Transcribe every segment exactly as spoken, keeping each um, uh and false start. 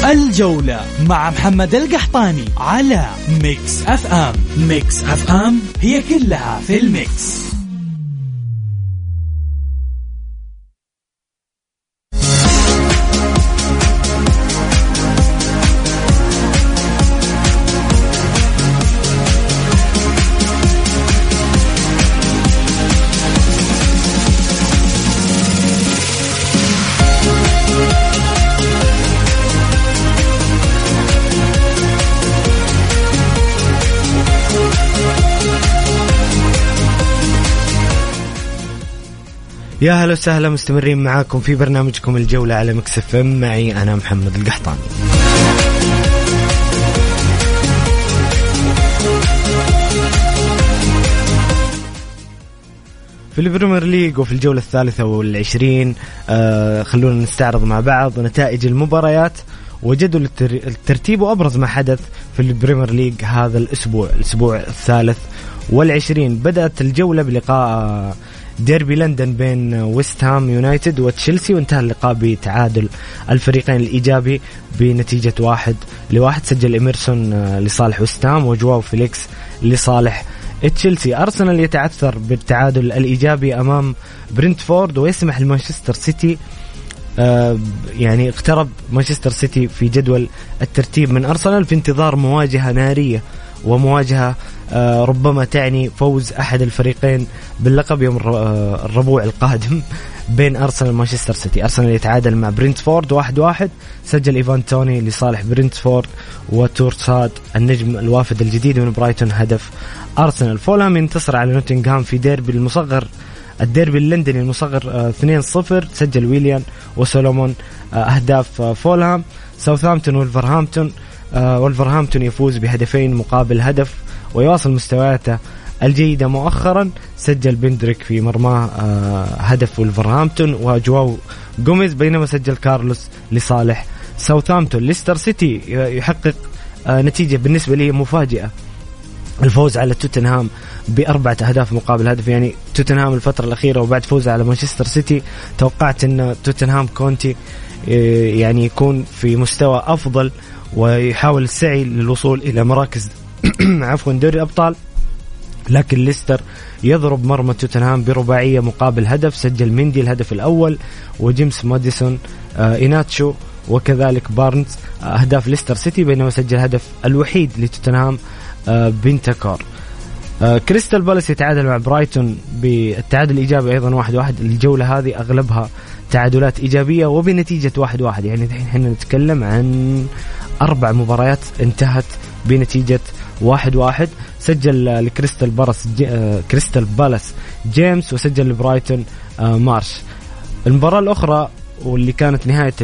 الجولة مع محمد القحطاني على ميكس أف أم. ميكس أف أم هي كلها في الميكس. يا هلا وسهلا، مستمرين معاكم في برنامجكم الجولة على ميكس اف ام. معي أنا محمد القحطاني. في البريمير ليج وفي الجولة الثالثة والعشرين آه خلونا نستعرض مع بعض نتائج المباريات وجدول الترتيب وأبرز ما حدث في البريمير ليج هذا الأسبوع الأسبوع الثالث والعشرين. بدأت الجولة بلقاء ديربي لندن بين ويست هام يونايتد وتشيلسي، وانتهى اللقاء بتعادل الفريقين الإيجابي بنتيجة واحد لواحد. سجل إميرسون لصالح ويست هام وجواو فيليكس لصالح تشيلسي. أرسنال يتعثر بالتعادل الإيجابي أمام برنتفورد، ويسمح لمانشستر سيتي آه يعني اقترب مانشستر سيتي في جدول الترتيب من أرسنال في انتظار مواجهة نارية ومواجهة آه ربما تعني فوز أحد الفريقين باللقب يوم الربوع القادم بين أرسنال ومانشستر سيتي. أرسنال يتعادل مع برنتفورد واحد واحد، سجل إيفان توني لصالح برنتفورد وتورساد النجم الوافد الجديد من برايتون هدف أرسنال. فولهام ينتصر على نوتنغهام في ديربي المصغر الديربي اللندني المصغر اثنين صفر، سجل ويليان وسولومون أهداف فولهام. ساوثهامبتون والفرهامبتون والفرهامبتون يفوز بهدفين مقابل هدف ويواصل مستوياته الجيدة مؤخرا، سجل بندريك في مرماه هدف والفرهامبتون وجواو غوميز، بينما سجل كارلوس لصالح ساوثهامبتون. ليستر سيتي يحقق نتيجة بالنسبة لي مفاجئة، الفوز على توتنهام بأربعة أهداف مقابل هدف. يعني توتنهام الفترة الأخيرة وبعد فوزه على مانشستر سيتي توقعت أن توتنهام كونتي يعني يكون في مستوى أفضل ويحاول السعي للوصول إلى مراكز عفوا دوري الأبطال، لكن ليستر يضرب مرمى توتنهام برباعية مقابل هدف. سجل ميندي الهدف الأول وجيمس ماديسون آه إيناتشو وكذلك بارنز أهداف ليستر سيتي، بينما سجل هدف الوحيد لتوتنهام آه بنتاكور. آه كريستال بالاس يتعادل مع برايتون بالتعادل الإيجابي أيضا واحد واحد. الجولة هذه أغلبها تعادلات إيجابية وبنتيجة واحد واحد، يعني الحين احنا نتكلم عن أربع مباريات انتهت بنتيجة واحد واحد. سجل لكريستال بالاس آه كريستال بالاس جيمس وسجل لبرايتون آه مارش. المباراة الأخرى واللي كانت نهاية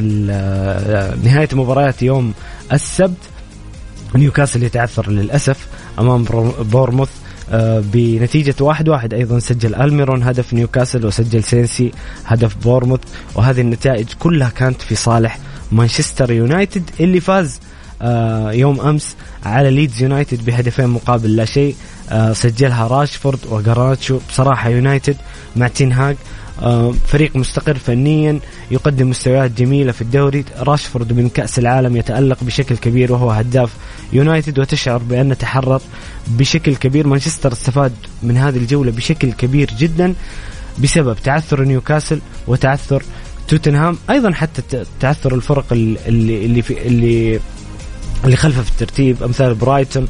نهاية مباريات يوم السبت، نيوكاسل يتعثر للأسف أمام بورموث بنتيجة واحد واحد. أيضا سجل ألميرون هدف نيوكاسل وسجل سينسي هدف بورموث، وهذه النتائج كلها كانت في صالح مانشستر يونايتد اللي فاز يوم أمس على ليدز يونايتد بهدفين مقابل لا شيء، سجلها راشفورد وغاراتشو. بصراحة يونايتد مع تين-هاغ فريق مستقر فنيا يقدم مستويات جميلة في الدوري. راشفورد من كأس العالم يتألق بشكل كبير وهو هداف يونايتد، وتشعر بأن تحرر بشكل كبير. مانشستر استفاد من هذه الجولة بشكل كبير جدا بسبب تعثر نيوكاسل وتعثر توتنهام، أيضا حتى تعثر الفرق اللي اللي في اللي اللي خلفه في الترتيب أمثال برايتون.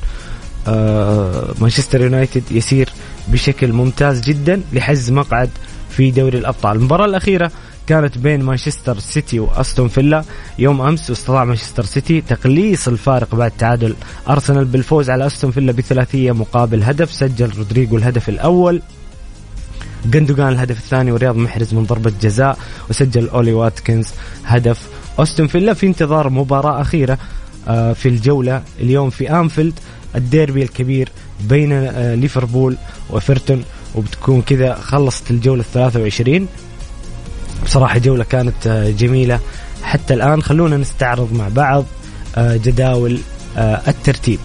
آه مانشستر يونايتد يسير بشكل ممتاز جدا لحجز مقعد في دوري الأبطال. المباراة الأخيرة كانت بين مانشستر سيتي وأستون فيلا يوم أمس، واستطاع مانشستر سيتي تقليص الفارق بعد تعادل أرسنال بالفوز على أستون فيلا بثلاثية مقابل هدف. سجل رودريغو الهدف الأول، جندوغان الهدف الثاني، ورياض محرز من ضربة جزاء، وسجل أولي واتكنز هدف أستون فيلا. في انتظار مباراة أخيرة في الجولة اليوم في أنفيلد، الديربي الكبير بين ليفربول وإيفرتون، وبتكون كذا خلصت الجولة الثلاثة وعشرين. بصراحة جولة كانت جميلة حتى الآن. خلونا نستعرض مع بعض جداول الترتيب.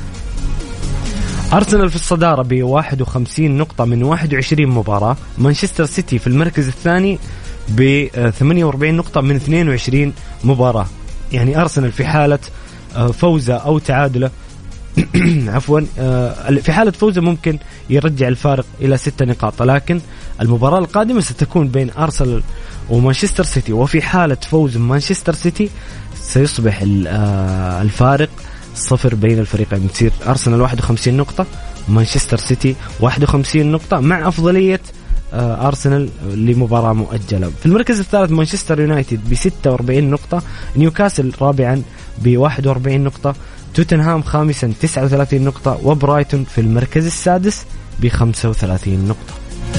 أرسنال في الصدارة بواحد وخمسين نقطة من واحد وعشرين مباراة. مانشستر سيتي في المركز الثاني بثمانية وأربعين نقطة من اثنين وعشرين مباراة. يعني أرسنال في حالة فوزه أو تعادله عفوا في حالة فوزه ممكن يرجع الفارق إلى ستة نقاط، لكن المباراة القادمة ستكون بين أرسنال ومانشستر سيتي، وفي حالة فوز مانشستر سيتي سيصبح الفارق صفر بين الفريقين، تصير أرسنال واحد وخمسين نقطة مانشستر سيتي واحد وخمسين نقطة، مع أفضلية أرسنال لمباراة مؤجلة. في المركز الثالث مانشستر يونايتد بستة وأربعين نقطة، نيوكاسل رابعا بواحد وأربعين نقطة، توتنهام خامسا تسعة وثلاثين نقطة، وبرايتون في المركز السادس بخمسة وثلاثين نقطة.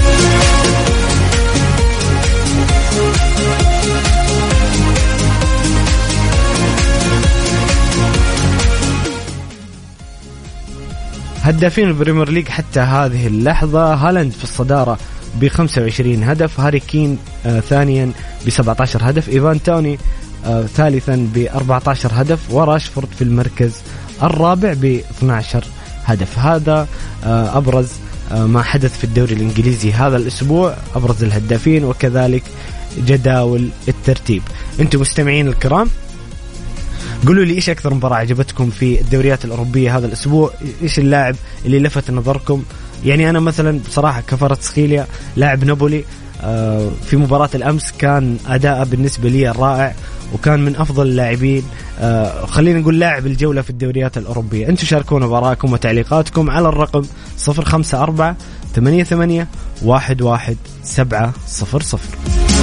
هدافين البريمير ليج حتى هذه اللحظة: هالاند في الصدارة بخمسة وعشرين هدف، هاري كين آه ثانيا بسبعة عشر هدف، إيفان توني آه ثالثا بأربعة عشر هدف، وراشفورد في المركز الرابع باثني عشر هدف. هذا آه أبرز آه ما حدث في الدوري الإنجليزي هذا الأسبوع، أبرز الهدافين وكذلك جداول الترتيب. أنتم مستمعين الكرام، قولوا لي إيش أكثر مباراة عجبتكم في الدوريات الأوروبية هذا الأسبوع، إيش اللاعب اللي لفت نظركم. يعني أنا مثلا بصراحة كفاراتسخيليا لاعب نابولي في مباراة الأمس كان أداء بالنسبة لي رائع، وكان من أفضل اللاعبين، خلينا نقول لاعب الجولة في الدوريات الأوروبية. أنتم شاركونا براءكم وتعليقاتكم على الرقم صفر خمسة أربعة ثمانية ثمانية واحد واحد سبعة صفر صفر.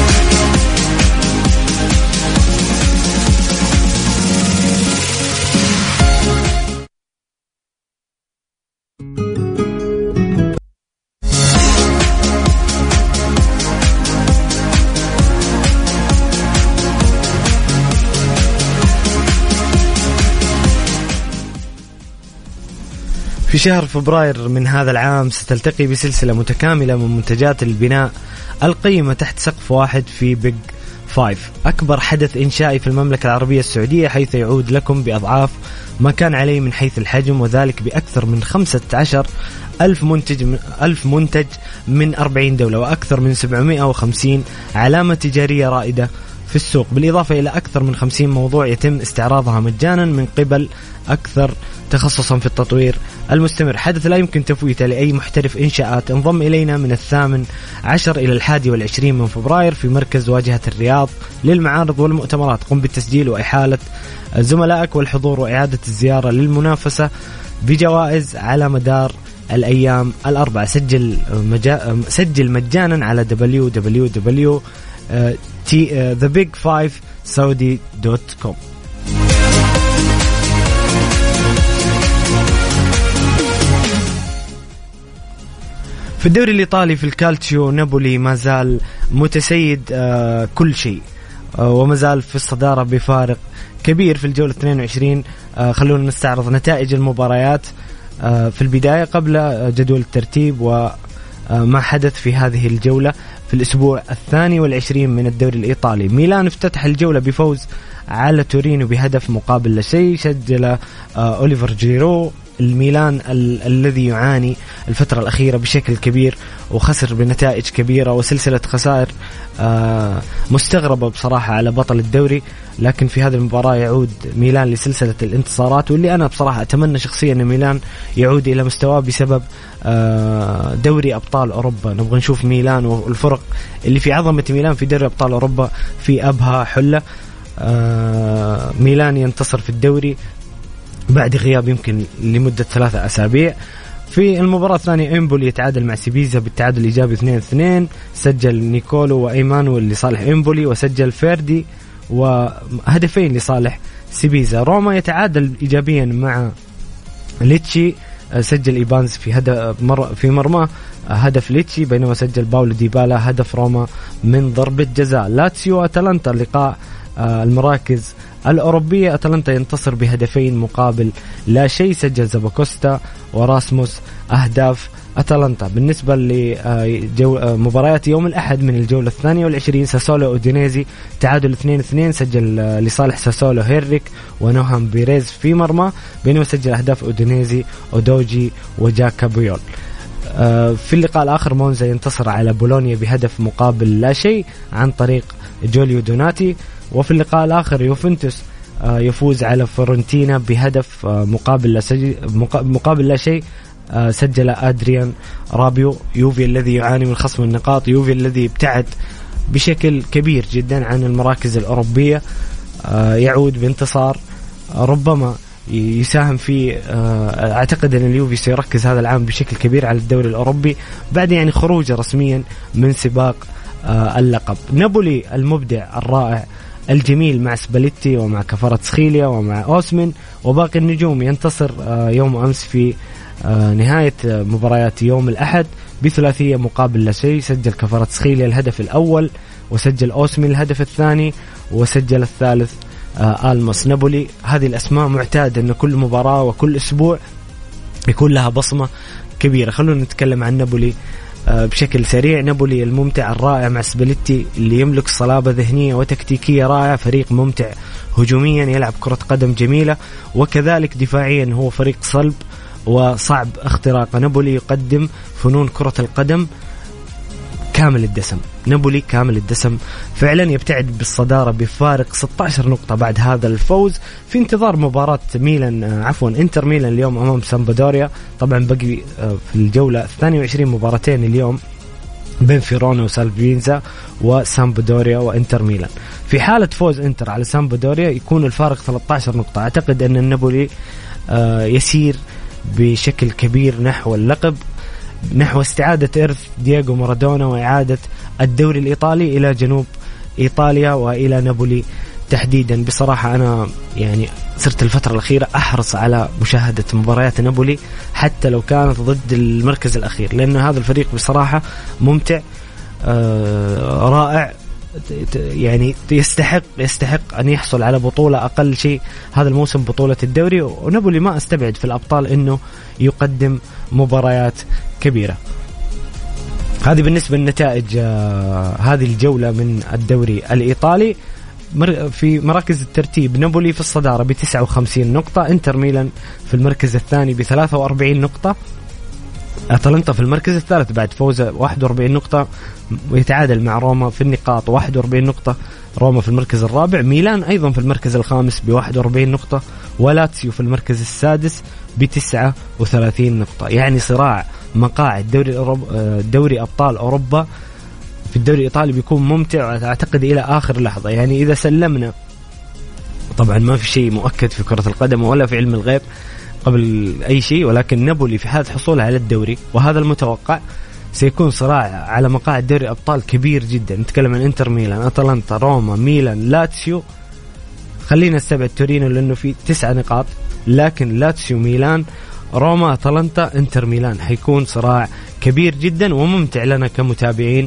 في شهر فبراير من هذا العام ستلتقي بسلسلة متكاملة من منتجات البناء القيمة تحت سقف واحد في بيج فايف، أكبر حدث إنشائي في المملكة العربية السعودية، حيث يعود لكم بأضعاف ما كان عليه من حيث الحجم، وذلك بأكثر من خمسة عشر ألف منتج ألف منتج من أربعين دولة، وأكثر من سبعمائة وخمسين علامة تجارية رائدة في السوق، بالإضافة إلى أكثر من خمسين موضوع يتم استعراضها مجانا من قبل أكثر تخصصا في التطوير المستمر. حدث لا يمكن تفويته لأي محترف إنشاءات. انضم إلينا من الثامن عشر إلى الحادي والعشرين من فبراير في مركز واجهة الرياض للمعارض والمؤتمرات. قم بالتسجيل وإحالة زملائك والحضور وإعادة الزيارة للمنافسة بجوائز على مدار الأيام الأربعة. سجل مجا... سجل مجانا على دبليو دبليو دبليو دوت ذا بيج فايف سعودي دوت كوم. في الدوري الإيطالي في الكالتشيو نابولي ما زال متسيد آه كل شيء آه وما زال في الصدارة بفارق كبير في الجولة اثنين وعشرين. آه خلونا نستعرض نتائج المباريات آه في البداية قبل جدول الترتيب وما حدث في هذه الجولة. في الأسبوع الثاني والعشرين من الدوري الإيطالي ميلان افتتح الجولة بفوز على تورينو بهدف مقابل لا شيء. سجل آه أوليفر جيرو. الميلان ال- الذي يعاني الفترة الأخيرة بشكل كبير وخسر بنتائج كبيرة وسلسلة خسائر آه مستغربة بصراحة على بطل الدوري، لكن في هذه المباراة يعود ميلان لسلسلة الانتصارات، واللي أنا بصراحة أتمنى شخصيا أن ميلان يعود إلى مستواه بسبب آه دوري أبطال أوروبا. نبغى نشوف ميلان والفرق اللي في عظمة ميلان في دوري أبطال أوروبا في أبها حلة. آه ميلان ينتصر في الدوري بعد غياب يمكن لمدة ثلاثة أسابيع. في المباراة الثانية إمبولي يتعادل مع سيبيزا بالتعادل الإيجابي اثنين اثنين. سجل نيكولو وإيمانويل لصالح إمبولي، وسجل فيردي وهدفين لصالح سيبيزا. روما يتعادل إيجابيا مع ليتشي، سجل إيبانز في هدف مر في مرمى هدف ليتشي، بينما سجل باولو ديبالا هدف روما من ضربة جزاء. لاتسيو أتلانتا لقاء المراكز الأوروبية، أتلانتا ينتصر بهدفين مقابل لا شيء. سجل زاباكوستا وراسموس أهداف أتلانتا. بالنسبة لمباريات يوم الأحد من الجولة الثانية والعشرين ساسولو أودينيزي تعادل اثنين اثنين. سجل لصالح ساسولو هيريك ونوهام بيريز في مرمى، بينما سجل أهداف أودينيزي أودوجي وجاكا بيول. في اللقاء الآخر مونزا ينتصر على بولونيا بهدف مقابل لا شيء عن طريق جوليو دوناتي. وفي اللقاء الآخر يوفنتوس يفوز على فورنتينا بهدف مقابل لا, سجل مقابل لا شيء سجل أدريان رابيو. يوفي الذي يعاني من خصم النقاط، يوفي الذي ابتعد بشكل كبير جدا عن المراكز الأوروبية يعود بانتصار ربما يساهم في أعتقد أن اليوفي سيركز هذا العام بشكل كبير على الدوري الأوروبي بعد يعني خروجه رسميا من سباق اللقب. نابولي المبدع الرائع الجميل مع سباليتي ومع كفاراتسخيليا ومع أوسمن وباقي النجوم ينتصر يوم أمس في نهاية مباريات يوم الأحد بثلاثية مقابل لا شيء. سجل كفاراتسخيليا الهدف الأول وسجل أوسمن الهدف الثاني وسجل الثالث آلموس. نابولي هذه الأسماء معتاد أن كل مباراة وكل أسبوع يكون لها بصمة كبيرة. خلونا نتكلم عن نابولي بشكل سريع. نابولي الممتع الرائع مع سباليتي اللي يملك صلابة ذهنية وتكتيكية رائعة، فريق ممتع هجوميا يلعب كرة قدم جميلة وكذلك دفاعيا هو فريق صلب وصعب اختراقه. نابولي يقدم فنون كرة القدم كامل الدسم. نابولي كامل الدسم فعلا يبتعد بالصدارة بفارق ستة عشر نقطة بعد هذا الفوز في انتظار مباراة ميلان عفوا انتر ميلان اليوم أمام سامبدوريا. طبعا بقي في الجولة اثنين وعشرين مباراتين اليوم بين فيرونا وسالفينزا وسامبدوريا وانتر ميلان. في حالة فوز انتر على سامبدوريا يكون الفارق ثلاثة عشر نقطة. أعتقد أن النابولي يسير بشكل كبير نحو اللقب، نحو استعادة إرث دييغو مارادونا وإعادة الدوري الإيطالي إلى جنوب إيطاليا وإلى نابولي تحديدا. بصراحة أنا يعني صرت الفترة الأخيرة أحرص على مشاهدة مباريات نابولي حتى لو كانت ضد المركز الأخير، لأن هذا الفريق بصراحة ممتع آه رائع، يعني يستحق يستحق أن يحصل على بطولة أقل شيء هذا الموسم بطولة الدوري. ونابولي ما أستبعد في الأبطال أنه يقدم مباريات كبيرة. هذه بالنسبة للنتائج آه هذه الجولة من الدوري الإيطالي. في مراكز الترتيب نابولي في الصدارة بتسعة وخمسين نقطة، انتر ميلان في المركز الثاني بثلاثة وأربعين نقطة، أتلانتا في المركز الثالث بعد فوزه واحد وأربعين نقطة ويتعادل مع روما في النقاط واحد وأربعين نقطة. روما في المركز الرابع، ميلان أيضا في المركز الخامس بواحد وأربعين نقطة، ولاتسيو في المركز السادس بتسعة وثلاثين نقطة. يعني صراع مقاعد دوري دوري أبطال أوروبا في الدوري الإيطالي بيكون ممتع أعتقد إلى آخر لحظة. يعني إذا سلمنا، طبعا ما في شيء مؤكد في كرة القدم ولا في علم الغيب قبل أي شيء، ولكن نابولي في حالة حصولها على الدوري وهذا المتوقع سيكون صراع على مقاعد دوري أبطال كبير جدا. نتكلم عن انتر ميلان، أتلانتا، روما، ميلان، لاتسيو. خلينا نستبعد تورينو لأنه في تسعة نقاط، لكن لاتسيو، ميلان، روما، أتلانتا، انتر ميلان حيكون صراع كبير جدا وممتع لنا كمتابعين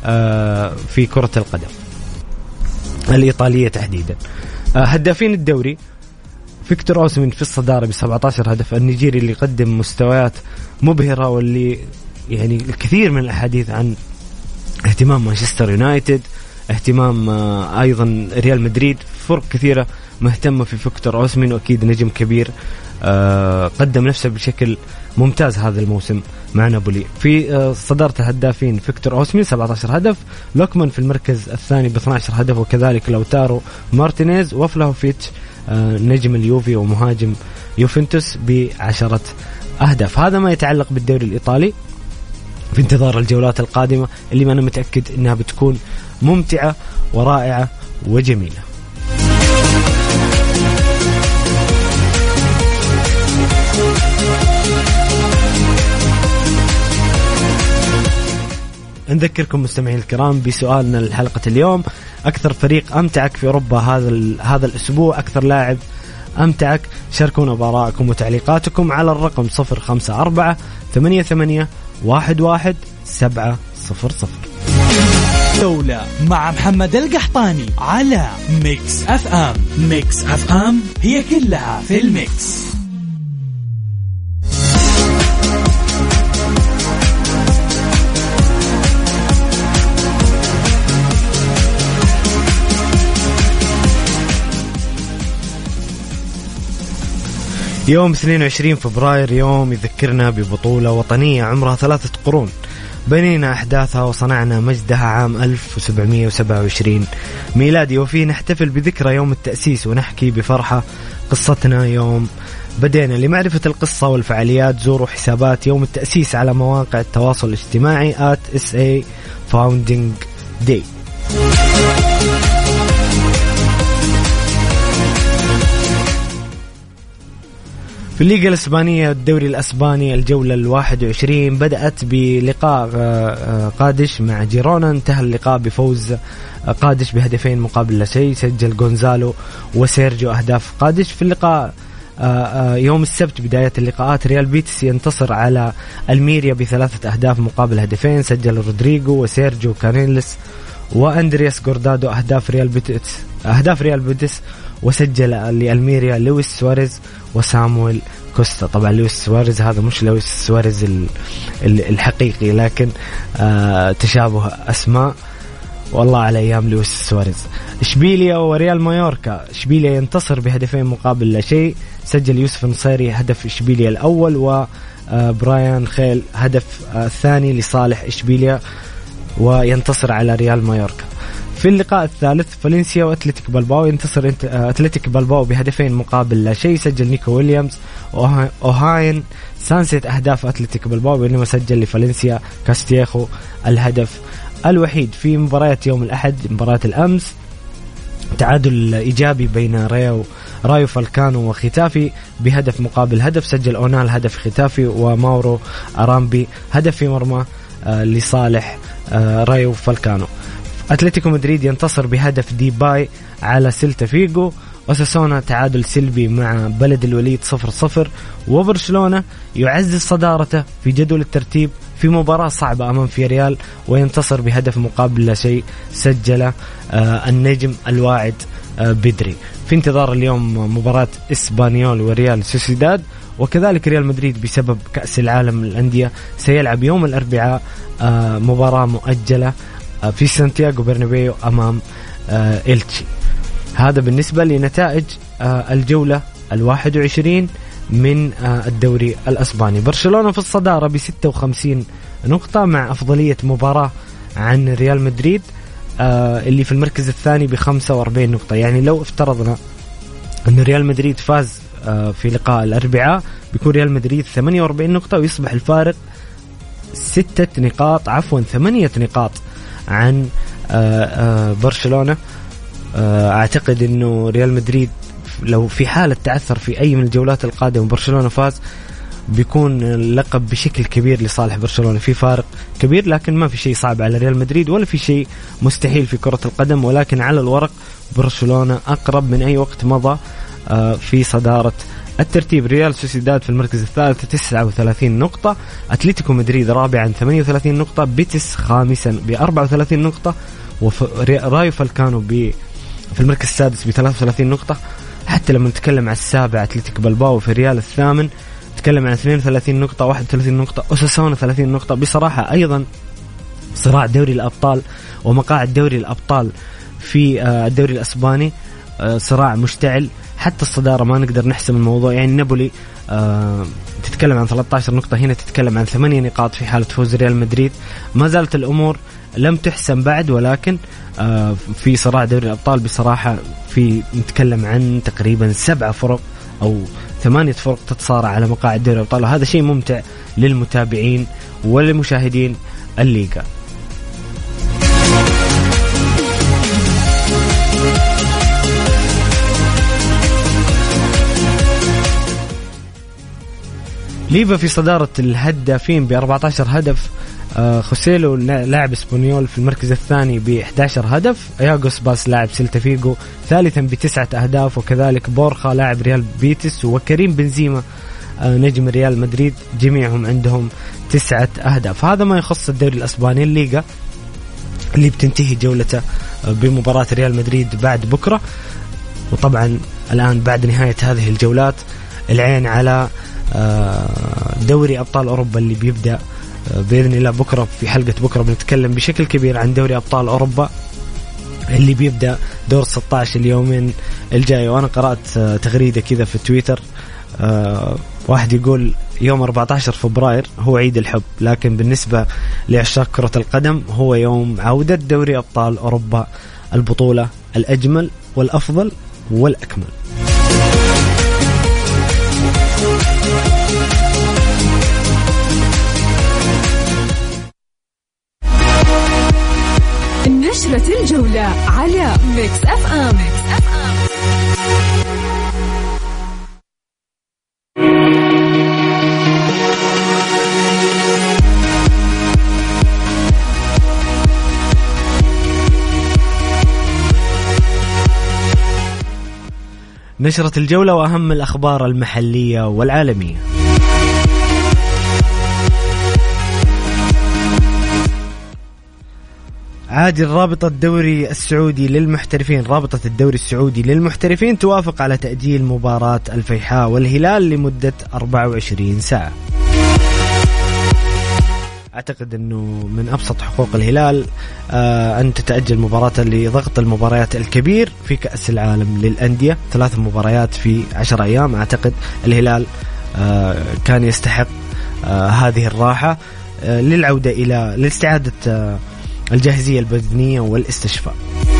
في كرة القدم الإيطالية تحديدا. هدافين الدوري فيكتور أوسمن في الصدارة بسبعة عشر هدف، النيجيري اللي يقدم مستويات مبهرة واللي يعني الكثير من الأحاديث عن اهتمام مانشستر يونايتد، اهتمام أيضا ريال مدريد، فرق كثيرة مهتمة في فيكتور أوسمن وأكيد نجم كبير قدم نفسه بشكل ممتاز هذا الموسم مع نابولي. في صدارة الهدافين فيكتور أوسمن سبعة عشر هدف، لوكمان في المركز الثاني ب اثني عشر هدف، وكذلك لوتارو مارتينيز وفلاهوفيتش نجم اليوفي ومهاجم يوفنتوس بعشرة أهداف. هذا ما يتعلق بالدوري الإيطالي في انتظار الجولات القادمة اللي ما أنا متأكد أنها بتكون ممتعة ورائعة وجميلة. نذكركم مستمعين الكرام بسؤالنا لحلقة اليوم: أكثر فريق أمتعك في أوروبا هذا هذا الأسبوع، أكثر لاعب أمتعك؟ شاركونا بآرائكم وتعليقاتكم على الرقم صفر خمسة أربعة ثمانية ثمانية واحد واحد سبعة صفر صفر. دولة مع محمد القحطاني على ميكس أف أم. ميكس أف أم هي كلها في الميكس. يوم اثنين وعشرين فبراير يوم يذكرنا ببطولة وطنية عمرها ثلاثة قرون، بنينا أحداثها وصنعنا مجدها عام ألف وسبعمائة وسبعة وعشرين ميلادي، وفيه نحتفل بذكرى يوم التأسيس ونحكي بفرحة قصتنا يوم بدينا. لمعرفة القصة والفعاليات زوروا حسابات يوم التأسيس على مواقع التواصل الاجتماعي آت إس إيه فاوندينج داي. في الليغا الإسبانية الدوري الأسباني الجولة الواحد وعشرين بدأت بلقاء قادش مع جيرونا، انتهى اللقاء بفوز قادش بهدفين مقابل لا شيء، سجل غونزالو وسيرجيو أهداف قادش. في اللقاء يوم السبت بداية اللقاءات ريال بيتس ينتصر على الميريا بثلاثة أهداف مقابل هدفين، سجل رودريغو وسيرجيو كارينلس وأندرياس غوردادو أهداف ريال بيتس أهداف ريال بيتس، وسجل لألميريا لويس سواريز وسامويل كوستا. طبعا لويس سواريز هذا مش لويس سواريز الحقيقي، لكن آه تشابه أسماء والله على أيام لويس سواريز. إشبيليا وريال مايوركا، إشبيليا ينتصر بهدفين مقابل لا شيء، سجل يوسف نصيري هدف إشبيليا الأول وبرايان خيل هدف الثاني لصالح إشبيليا وينتصر على ريال مايوركا. في اللقاء الثالث فالنسيا وأتلتيك بالباو، ينتصر أتلتيك بالباو بهدفين مقابل لا شيء، سجل نيكو ويليامز وأوهاين سانسيت أهداف أتلتيك بالباو، بينما سجل لفالنسيا كاستياخو الهدف الوحيد. في مباريات يوم الأحد مباراة الأمس تعادل إيجابي بين رايو رايو فالكانو وختافي بهدف مقابل هدف، سجل أونال هدف ختافي وماورو أرامبي هدف في مرمى لصالح رايو فالكانو. أتلتيكو مدريد ينتصر بهدف ديباي على سيلتا فيغو، وساسونا تعادل سلبي مع بلد الوليد صفر صفر، وبرشلونة يعزز صدارته في جدول الترتيب في مباراة صعبة أمام فيريال وينتصر بهدف مقابل لا شيء، سجل آه النجم الواعد آه بدري. في انتظار اليوم مباراة إسبانيول وريال سوسيداد، وكذلك ريال مدريد بسبب كأس العالم للأندية سيلعب يوم الأربعاء آه مباراة مؤجلة آه في سانتياغو برنابيو أمام آه إلتشي. هذا بالنسبة لنتائج آه الجولة الواحد وعشرين من آه الدوري الأسباني. برشلونة في الصدارة بستة وخمسين نقطة مع أفضلية مباراة عن ريال مدريد آه اللي في المركز الثاني بخمسة وأربعين نقطة. يعني لو افترضنا أن ريال مدريد فاز آه في لقاء الأربعاء بيكون ريال مدريد ثمانية وأربعين نقطة ويصبح الفارق ستة نقاط عفوا ثمانية نقاط عن آه آه برشلونة. أعتقد أنه ريال مدريد لو في حالة تعثر في أي من الجولات القادمة برشلونة فاز بيكون اللقب بشكل كبير لصالح برشلونة، في فارق كبير، لكن ما في شيء صعب على ريال مدريد ولا في شيء مستحيل في كرة القدم، ولكن على الورق برشلونة أقرب من أي وقت مضى في صدارة الترتيب. ريال سوسيداد في المركز الثالث تسعة وثلاثين نقطة، أتلتيكو مدريد رابعا ثمانية وثلاثين نقطة، بيتس خامسا بأربعة وثلاثين نقطة، ورايو فالكانو ب في المركز السادس بثلاثة وثلاثين نقطة. حتى لما نتكلم عن السابع أتلتيك بالباو في ريال الثامن نتكلم عن اثنين وثلاثين نقطة واحد وثلاثين نقطة، أوساسونا ثلاثين نقطة. بصراحة أيضا صراع دوري الأبطال ومقاعد دوري الأبطال في الدوري الأسباني صراع مشتعل، حتى الصدارة ما نقدر نحسم الموضوع. يعني نابولي تتكلم عن ثلاثة عشر نقطة، هنا تتكلم عن ثمانية نقاط في حالة فوز ريال مدريد. ما زالت الأمور لم تحسم بعد، ولكن في صراع دوري الأبطال بصراحة في نتكلم عن تقريبا سبعة فرق أو ثمانية فرق تتصارع على مقاعد دوري الأبطال، وهذا شيء ممتع للمتابعين وللمشاهدين الليغا. ليفا في صدارة الهدافين ب أربعة عشر هدف، آه خوسيلو لاعب اسبانيول في المركز الثاني ب أحد عشر هدف، اياغوس باس لاعب سيلتا فيغو ثالثا بتسعة أهداف، وكذلك بورخا لاعب ريال بيتس وكريم بنزيما آه نجم ريال مدريد جميعهم عندهم تسعة أهداف. هذا ما يخص الدوري الأسباني الليغا اللي بتنتهي جولته بمباراة ريال مدريد بعد بكرة. وطبعا الآن بعد نهاية هذه الجولات العين على دوري أبطال أوروبا اللي بيبدأ بإذن الله بكرة. في حلقة بكرة بنتكلم بشكل كبير عن دوري أبطال أوروبا اللي بيبدأ دور ستة عشر اليومين الجاي. وأنا قرأت تغريدة كذا في تويتر آه واحد يقول يوم أربعة عشر فبراير هو عيد الحب، لكن بالنسبة لعشاق كرة القدم هو يوم عودة دوري أبطال أوروبا، البطولة الأجمل والأفضل والأكمل. نشرة الجولة على ميكس أف أم. نشرة الجولة وأهم الأخبار المحلية والعالمية. عادل رابطة الدوري السعودي للمحترفين رابطة الدوري السعودي للمحترفين توافق على تأجيل مباراة الفيحاء والهلال لمدة أربعة وعشرين ساعة. أعتقد أنه من أبسط حقوق الهلال آه أن تتأجل مباراة لضغط المباريات الكبير في كأس العالم للأندية، ثلاث مباريات في عشر أيام. أعتقد الهلال آه كان يستحق آه هذه الراحة آه للعودة إلى لاستعادة آه الجاهزية البدنية والاستشفاء.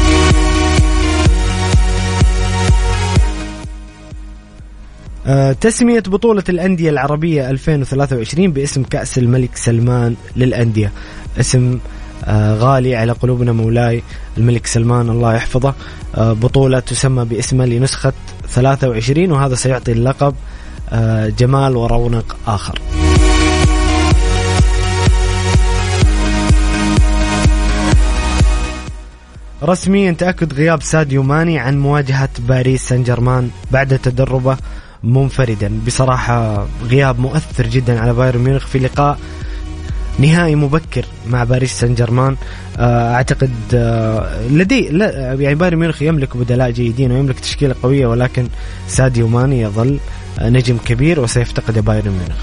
تسمية بطولة الأندية العربية ألفين وثلاثة وعشرين باسم كأس الملك سلمان للأندية، اسم غالي على قلوبنا مولاي الملك سلمان الله يحفظه. بطولة تسمى باسمه لنسخة ثلاثة وعشرين، وهذا سيعطي اللقب جمال ورونق آخر. رسميا تأكد غياب ساديو ماني عن مواجهة باريس سان جيرمان بعد تدربه منفردا. بصراحة غياب مؤثر جدا على بايرن ميونخ في لقاء نهائي مبكر مع باريس سان جيرمان. أعتقد لدي لا يعني بايرن ميونخ يملك بدلاء جيدين ويملك تشكيلة قوية، ولكن ساديو ماني يظل نجم كبير وسيفتقد بايرن ميونخ.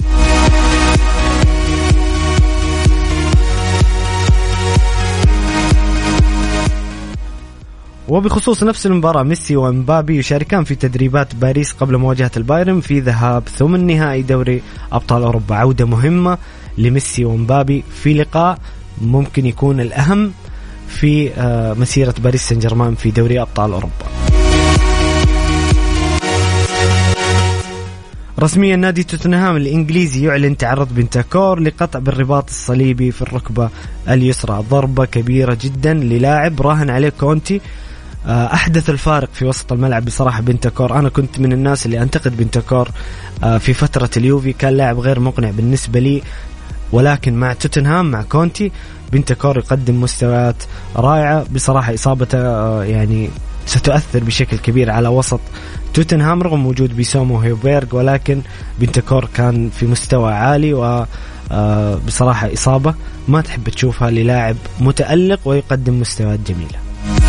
وبخصوص نفس المباراة، ميسي ومبابي يشاركان في تدريبات باريس قبل مواجهة البايرن في ذهاب ثمن نهائي دوري أبطال أوروبا. عودة مهمة لميسي ومبابي في لقاء ممكن يكون الأهم في مسيرة باريس سان جيرمان في دوري أبطال أوروبا. رسميا نادي توتنهام الإنجليزي يعلن تعرض بنتاكور لقطع بالرباط الصليبي في الركبة اليسرى، ضربة كبيرة جدا للاعب راهن عليه كونتي. أحدث الفارق في وسط الملعب بصراحة بنتاكور. أنا كنت من الناس اللي أنتقد بنتاكور في فترة اليوفي، كان لاعب غير مقنع بالنسبة لي، ولكن مع توتنهام مع كونتي بنتاكور يقدم مستويات رائعة بصراحة. إصابته يعني ستؤثر بشكل كبير على وسط توتنهام رغم وجود بيسومو هيوبيرغ، ولكن بنتاكور كان في مستوى عالي، وبصراحة إصابة ما تحب تشوفها للاعب متألق ويقدم مستويات جميلة.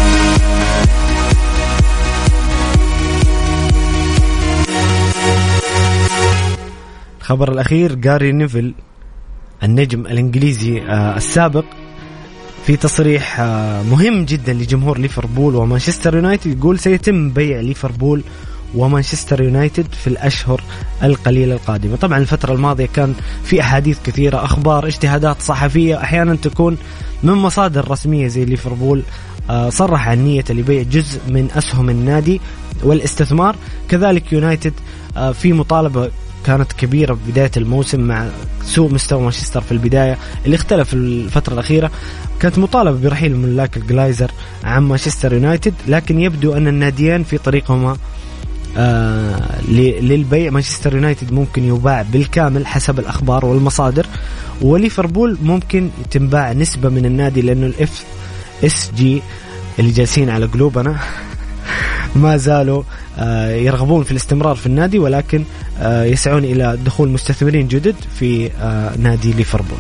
الخبر الأخير، جاري نيفل النجم الإنجليزي السابق في تصريح مهم جدا لجمهور ليفربول ومانشستر يونايتد، يقول سيتم بيع ليفربول ومانشستر يونايتد في الأشهر القليلة القادمة. طبعا الفترة الماضية كان في أحاديث كثيرة، أخبار، اجتهادات صحفية أحيانا تكون من مصادر رسمية زي ليفربول صرح عن نية لبيع جزء من أسهم النادي والاستثمار. كذلك يونايتد في مطالبة كانت كبيرة في بداية الموسم مع سوء مستوى مانشستر في البداية اللي اختلف الفترة الأخيرة، كانت مطالبة برحيل ملاك الجلايزر عن مانشستر يونايتد، لكن يبدو أن الناديين في طريقهما آه للبيع. مانشستر يونايتد ممكن يباع بالكامل حسب الأخبار والمصادر، وليفربول ممكن تنباع نسبة من النادي، لأنه الاف اس جي اللي جالسين على قلوبنا ما زالوا آه يرغبون في الاستمرار في النادي، ولكن آه يسعون إلى دخول مستثمرين جدد في آه نادي ليفربول.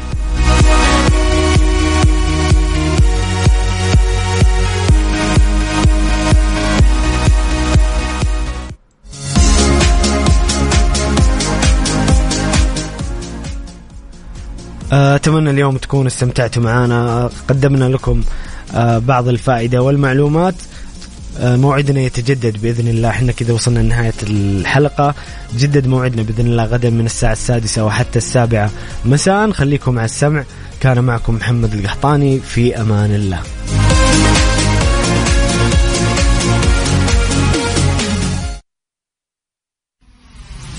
أتمنى اليوم تكونوا استمتعتوا معنا، قدمنا لكم بعض الفائدة والمعلومات. موعدنا يتجدد بإذن الله. احنا كده وصلنا لنهاية الحلقة. جدد موعدنا بإذن الله غدا من الساعة السادسة وحتى السابعة مساء. خليكم على السمع. كان معكم محمد القحطاني، في أمان الله.